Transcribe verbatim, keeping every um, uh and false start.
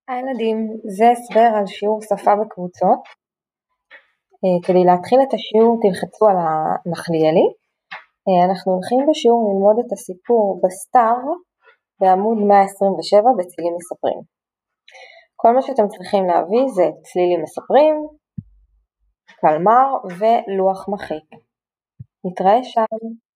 הילדים, זה הסבר על שיעור שפה בקבוצות. כדי להתחיל את השיעור תלחצו על הנחליאלי. אנחנו הולכים בשיעור ללמוד את הסיפור בסתיו בעמוד מאה עשרים ושבע בצלילים מספרים. כל מה שאתם צריכים להביא זה צלילים מספרים, קלמר ולוח מחיק. נתראה שם.